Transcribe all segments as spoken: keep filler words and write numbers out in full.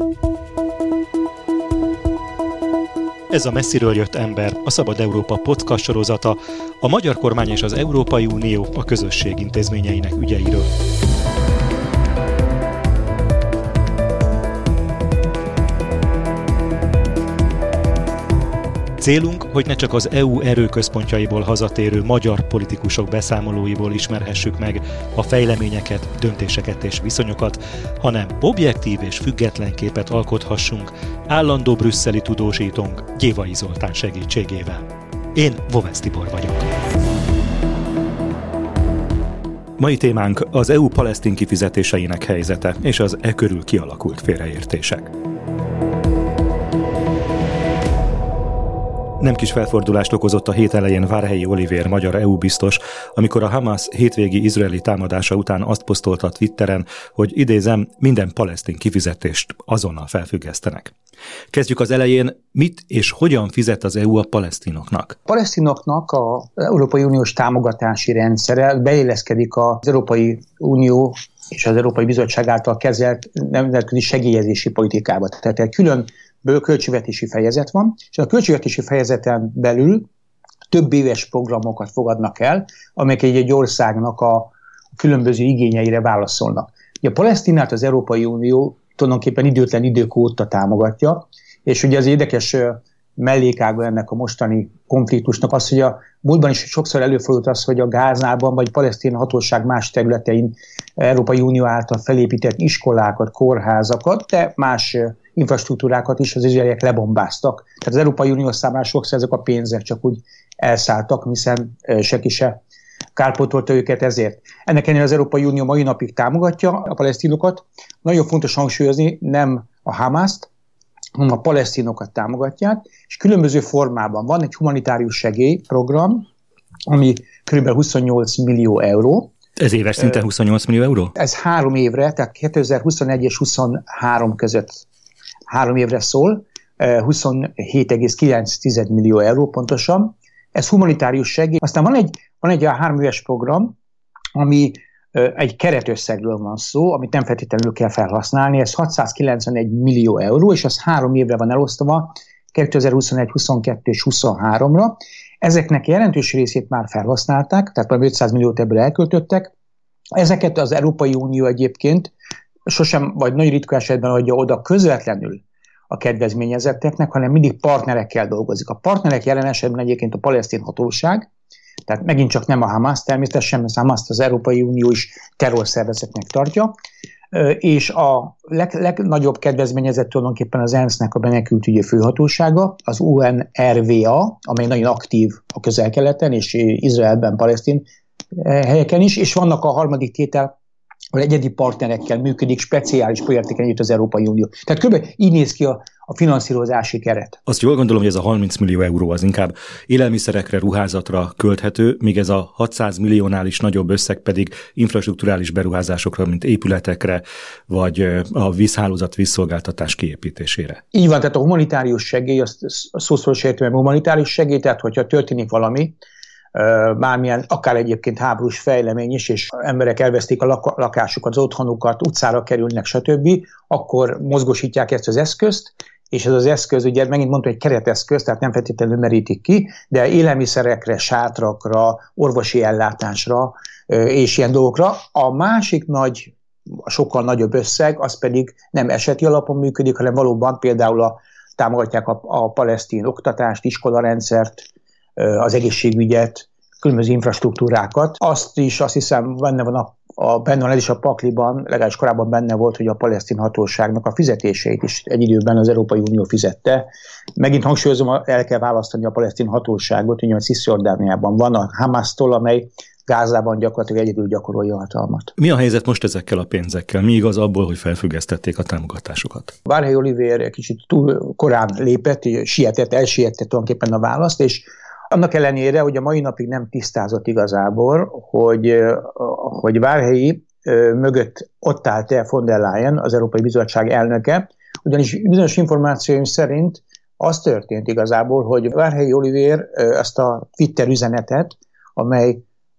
Ez a Messziről jött ember, a Szabad Európa podcast sorozata, a magyar kormány és az Európai Unió a közösség intézményeinek ügyeiről. Célunk, hogy ne csak az é u erőközpontjaiból hazatérő magyar politikusok beszámolóiból ismerhessük meg a fejleményeket, döntéseket és viszonyokat, hanem objektív és független képet alkothassunk állandó brüsszeli tudósítónk Gyévai Zoltán segítségével. Én Vovesz Tibor vagyok. Mai témánk az é u palesztin kifizetéseinek helyzete és az e körül kialakult félreértések. Nem kis felfordulást okozott a hét elején Várhelyi Olivér magyar é u biztos, amikor a Hamas hétvégi izraeli támadása után azt posztolta a Twitteren, hogy idézem, minden palesztin kifizetést azonnal felfüggesztenek. Kezdjük az elején, mit és hogyan fizet az é u a palesztinoknak? A palesztinoknak az Európai Uniós támogatási rendszere beilleszkedik az Európai Unió és az Európai Bizottság által kezelt nemzetközi segélyezési politikába. Tehát egy külön költségvetési fejezet van, és a költségvetési fejezeten belül több éves programokat fogadnak el, amelyek egy országnak a különböző igényeire válaszolnak. Ugye a Palesztinát az Európai Unió tulajdonképpen időtlen idők óta támogatja, és ugye az érdekes mellékága ennek a mostani konfliktusnak az, hogy a múltban is sokszor előfordult az, hogy a Gázában vagy palesztin hatóság más területein Európai Unió által felépített iskolákat, kórházakat, de más infrastruktúrákat is az izraeliek lebombáztak. Tehát az Európai Unió számára sokszor ezek a pénzek csak úgy elszálltak, hiszen senki se kárpótolta őket ezért. Ennek ellenére az Európai Unió mai napig támogatja a palesztinokat. Nagyon fontos hangsúlyozni, nem a Hamaszt, hanem a palesztinokat támogatják, és különböző formában van egy humanitárius segélyprogram, ami kb. huszonnyolc millió euró. Ez éves szinten huszonnyolc millió euró? Ez három évre, tehát kétezer-huszonegy és huszonhárom között három évre szól, huszonhét egész kilenc millió euró pontosan. Ez humanitárius segély. Aztán van egy, van egy három éves program, ami egy keretösszegről van szó, amit nem feltétlenül kell felhasználni, ez hatszázkilencvenegy millió euró, és az három évre van elosztva, kétezer-huszonegy, huszonkettő és huszonháromra. Ezeknek jelentős részét már felhasználták, tehát valami ötszáz milliót ebből elköltöttek. Ezeket az Európai Unió egyébként sosem, vagy nagyon ritka esetben adja oda közvetlenül a kedvezményezetteknek, hanem mindig partnerekkel dolgozik. A partnerek jelen esetben egyébként a palesztin hatóság, tehát megint csak nem a Hamas természetesen, mert Hamaszt az Európai Unió is terrorszervezetnek tartja, és a leg, legnagyobb kedvezményezett tulajdonképpen az ENSZ-nek a menekültügyi főhatósága, az u en er vé á, amely nagyon aktív a Közel-Keleten és Izraelben, palesztin helyeken is, és vannak a harmadik tétel, ahol egyedi partnerekkel működik, speciális projekteken együtt az Európai Unió. Tehát kb. Így néz ki a, a finanszírozási keret. Azt jól gondolom, hogy ez a harminc millió euró az inkább élelmiszerekre, ruházatra költhető, míg ez a hatszáz milliónál is nagyobb összeg pedig infrastrukturális beruházásokra, mint épületekre, vagy a vízhálózat vízszolgáltatás kiépítésére. Így van, tehát a humanitárius segély, azt szószoros értelemben humanitárius segély, tehát hogyha történik valami, bármilyen, akár egyébként háborús fejlemény is, és emberek elvesztik a lak- lakásukat, az otthonukat, utcára kerülnek, stb., akkor mozgósítják ezt az eszközt, és ez az eszköz, ugye megint mondtam, egy kereteszköz, tehát nem feltétlenül merítik ki, de élelmiszerekre, sátrakra, orvosi ellátásra és ilyen dolgokra. A másik nagy, sokkal nagyobb összeg, az pedig nem eseti alapon működik, hanem valóban például a, támogatják a, a palesztin oktatást, iskolarendszert, az egészségügyet, különböző infrastruktúrákat. Azt is, azt hiszem, benne van, a, a, benne van ez is a pakliban, legalábbis korábban benne volt, hogy a palesztin hatóságnak a fizetéseit is egy időben az Európai Unió fizette. Megint hangsúlyozom, el kell választani a palesztin hatóságot, ugye a Cisjordániában van a Hamasztól, amely Gázában gyakorlatilag egyedül gyakorolja a hatalmat. Mi a helyzet most ezekkel a pénzekkel? Mi igaz abból, hogy felfüggesztették a támogatásokat? Várhelyi Olivér kicsit túl korán lépett, sietett, elsietett tulajdonképpen a választ, és annak ellenére, hogy a mai napig nem tisztázott igazából, hogy, hogy Várhelyi mögött ott állt-e von der Leyen, az Európai Bizottság elnöke, ugyanis bizonyos információim szerint az történt igazából, hogy Várhelyi Olivér ezt a Twitter üzenetet, amely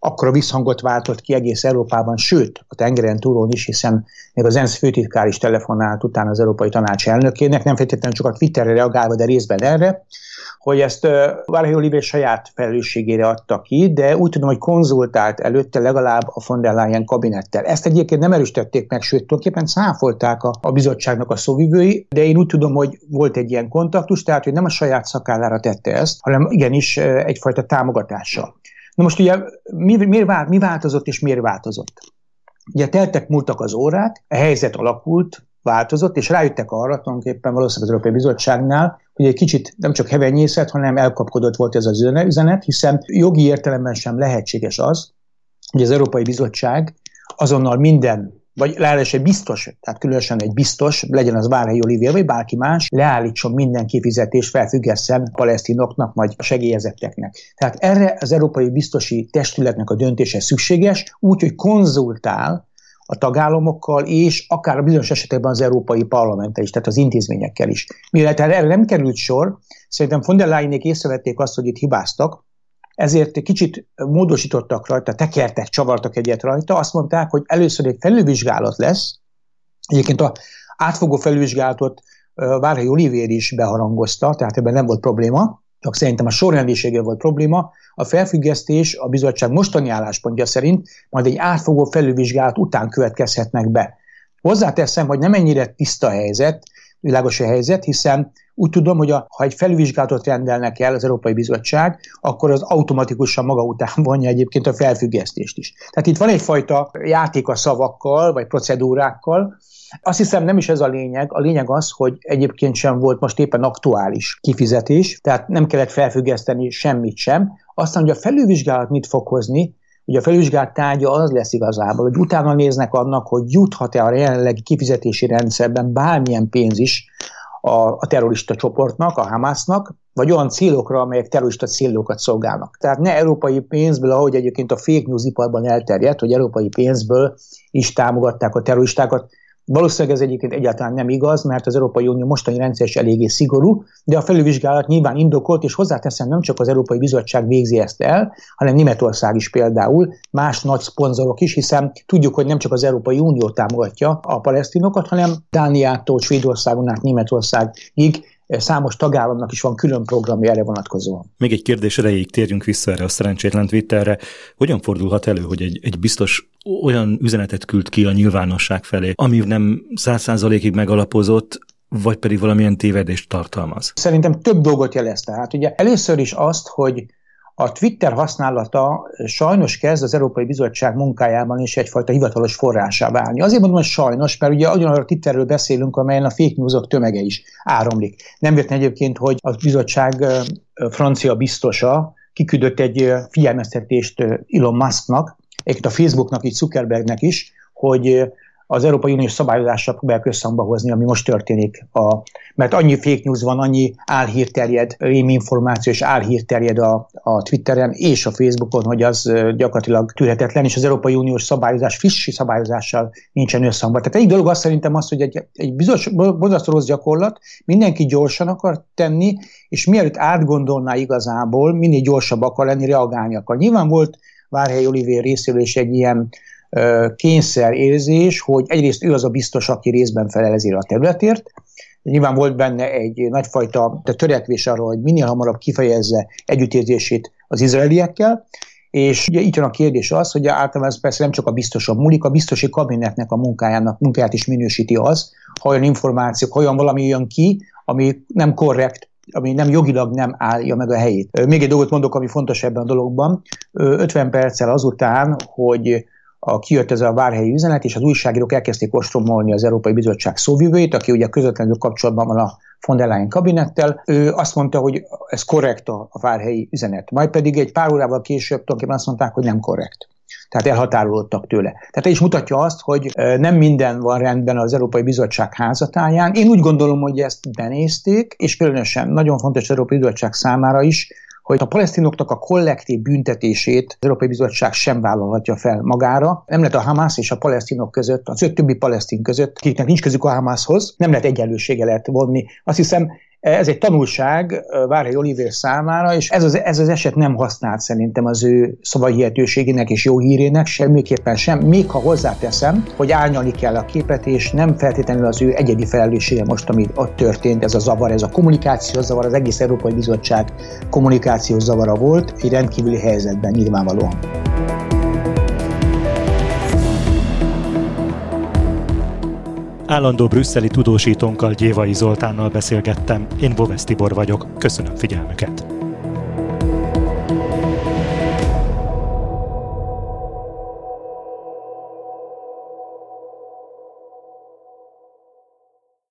akkora visszhangot váltott ki egész Európában, sőt, a tengeren túlon is, hiszen még az ENSZ főtitkár is telefonált utána az Európai Tanács elnökének, nem feltétlenül csak a Twitterre reagálva, de részben erre, hogy ezt Várhelyi Olivér saját felelősségére adta ki, de úgy tudom, hogy konzultált előtte legalább a von der Leyen kabinettel. Ezt egyébként nem erősítették meg, sőt, tulajdonképpen cáfolták a, a bizottságnak a szóvivői, de én úgy tudom, hogy volt egy ilyen kontaktus, tehát hogy nem a saját szakállára tette ezt, hanem igenis egyfajta támogatással. Na most ugye mi, mi, mi változott és miért változott? Ugye teltek, múltak az órák, a helyzet alakult, változott, és rájöttek arra tulajdonképpen valószínűleg az Európai Bizottságnál, hogy egy kicsit nem csak hevenyészet, hanem elkapkodott volt ez az üzenet, hiszen jogi értelemben sem lehetséges az, hogy az Európai Bizottság azonnal minden, vagy legalábbis egy biztos, tehát különösen egy biztos, legyen az Várhelyi Olivér, vagy bárki más, leállítson minden kifizetést, felfüggesszen a palesztinoknak, vagy a segélyezetteknek. Tehát erre az Európai Biztosi Testületnek a döntése szükséges, úgyhogy konzultál a tagállamokkal, és akár a bizonyos esetekben az Európai Parlamenttel is, tehát az intézményekkel is. Mivel erre nem került sor, szerintem von der Leyenék észrevették azt, hogy itt hibáztak, ezért kicsit módosítottak rajta, tekertek, csavartak egyet rajta, azt mondták, hogy először egy felülvizsgálat lesz, egyébként az átfogó felülvizsgálatot Várhelyi Olivér is beharangozta, tehát ebben nem volt probléma, csak szerintem a sorrendiséggel volt probléma. A felfüggesztés a bizottság mostani álláspontja szerint majd egy átfogó felülvizsgálat után következhetnek be. Hozzáteszem, hogy nem ennyire tiszta helyzet, világos a helyzet, hiszen úgy tudom, hogy a, ha egy felülvizsgálatot rendelnek el az Európai Bizottság, akkor az automatikusan maga után vonja egyébként a felfüggesztést is. Tehát itt van egyfajta játék a szavakkal, vagy procedúrákkal. Azt hiszem, nem is ez a lényeg. A lényeg az, hogy egyébként sem volt most éppen aktuális kifizetés, tehát nem kellett felfüggeszteni semmit sem. Aztán, hogy a felülvizsgálat mit fog hozni, ugye a felülvizsgálat tárgya az lesz igazából, hogy utána néznek annak, hogy juthat-e a jelenlegi kifizetési rendszerben bármilyen pénz is a, a terrorista csoportnak, a Hamásznak, vagy olyan célokra, amelyek terrorista célokat szolgálnak. Tehát ne európai pénzből, ahogy egyébként a fake news iparban elterjedt, hogy európai pénzből is támogatták a terroristákat. Valószínűleg ez egyébként egyáltalán nem igaz, mert az Európai Unió mostani rendszer is eléggé szigorú, de a felülvizsgálat nyilván indokolt, és hozzáteszem, nem csak az Európai Bizottság végzi ezt el, hanem Németország is például, más nagy szponzorok is, hiszen tudjuk, hogy nem csak az Európai Unió támogatja a palesztinokat, hanem Dániától, Svédországon át Németországig számos tagállamnak is van külön programja erre vonatkozóan. Még egy kérdés erejéig térjünk vissza erre a szerencsétlen Twitterre. Hogyan fordulhat elő, hogy egy, egy biztos olyan üzenetet küld ki a nyilvánosság felé, ami nem száz százalékig megalapozott, vagy pedig valamilyen tévedést tartalmaz? Szerintem több dolgot jelez. Tehát ugye először is azt, hogy a Twitter használata sajnos kezd az Európai Bizottság munkájában is egyfajta hivatalos forrásá válni. Azért mondom, hogy sajnos, mert ugye ugyanarra a Twitterről beszélünk, amelyen a fake newsok tömege is áramlik. Nem véletlen egyébként, hogy a bizottság francia biztosa kiküldött egy figyelmeztetést Elon Musknak, egyébként a Facebooknak, így Zuckerbergnek is, hogy az Európai Uniós szabályozással próbálják összhangba hozni, ami most történik. A, mert annyi fake news van, annyi álhír terjed, réminformáció és álhír terjed a, a Twitteren és a Facebookon, hogy az gyakorlatilag tűrhetetlen, és az Európai Uniós szabályozás, friss szabályozással nincsen összhangban. Tehát egy dolog azt szerintem az, hogy egy, egy bizonyos borzasztó rossz gyakorlat, mindenki gyorsan akar tenni, és mielőtt átgondolná igazából, minél gyorsabb akar lenni, reagálni akar. Nyilván volt Várhelyi Olivér részéről is egy ilyen kényszer érzés, hogy egyrészt ő az a biztos, aki részben felel ezért a területért. Nyilván volt benne egy nagyfajta törekvés arra, hogy minél hamarabb kifejezze együttérzését az izraeliekkel, és ugye itt jön a kérdés az, hogy általában ez persze nem csak a biztoson múlik, a biztosi kabinetnek a munkájának, munkáját is minősíti az, ha olyan információk, ha olyan valami jön ki, ami nem korrekt, ami nem jogilag nem állja meg a helyét. Még egy dolgot mondok, ami fontos ebben a dologban. ötven perccel azután, hogy a, kijött ez a várhelyi üzenet, és az újságírók elkezdték ostromolni az Európai Bizottság szóvivőjét, aki ugye közvetlenül kapcsolatban van a von der Leyen kabinettel. Ő azt mondta, hogy ez korrekt a, a várhelyi üzenet. Majd pedig egy pár órával később tulajdonképpen azt mondták, hogy nem korrekt. Tehát elhatárolódtak tőle. Tehát ez is mutatja azt, hogy nem minden van rendben az Európai Bizottság házatáján. Én úgy gondolom, hogy ezt benézték, és különösen nagyon fontos az Európai Bizottság számára is, hogy a palesztinoknak a kollektív büntetését az Európai Bizottság sem vállalhatja fel magára. Nem lehet a Hamász és a palesztinok között, az öt többi palesztin között, akiknek nincs közük a Hamászhoz, nem lehet egyenlősége lehet vonni. Azt hiszem, Ez egy tanulság Várhelyi Olivér számára, és ez az, ez az eset nem használt szerintem az ő szavahihetőségének és jó hírének, semmiképpen sem, még ha hozzáteszem, hogy árnyalni kell a képet, és nem feltétlenül az ő egyedi felelőssége most, ami ott történt, ez a zavar, ez a kommunikációs zavar, az egész Európai Bizottság kommunikációs zavara volt, egy rendkívüli helyzetben nyilvánvalóan. Állandó brüsszeli tudósítónkkal, Gyévai Zoltánnal beszélgettem, én Bovesz Tibor vagyok, köszönöm figyelmüket!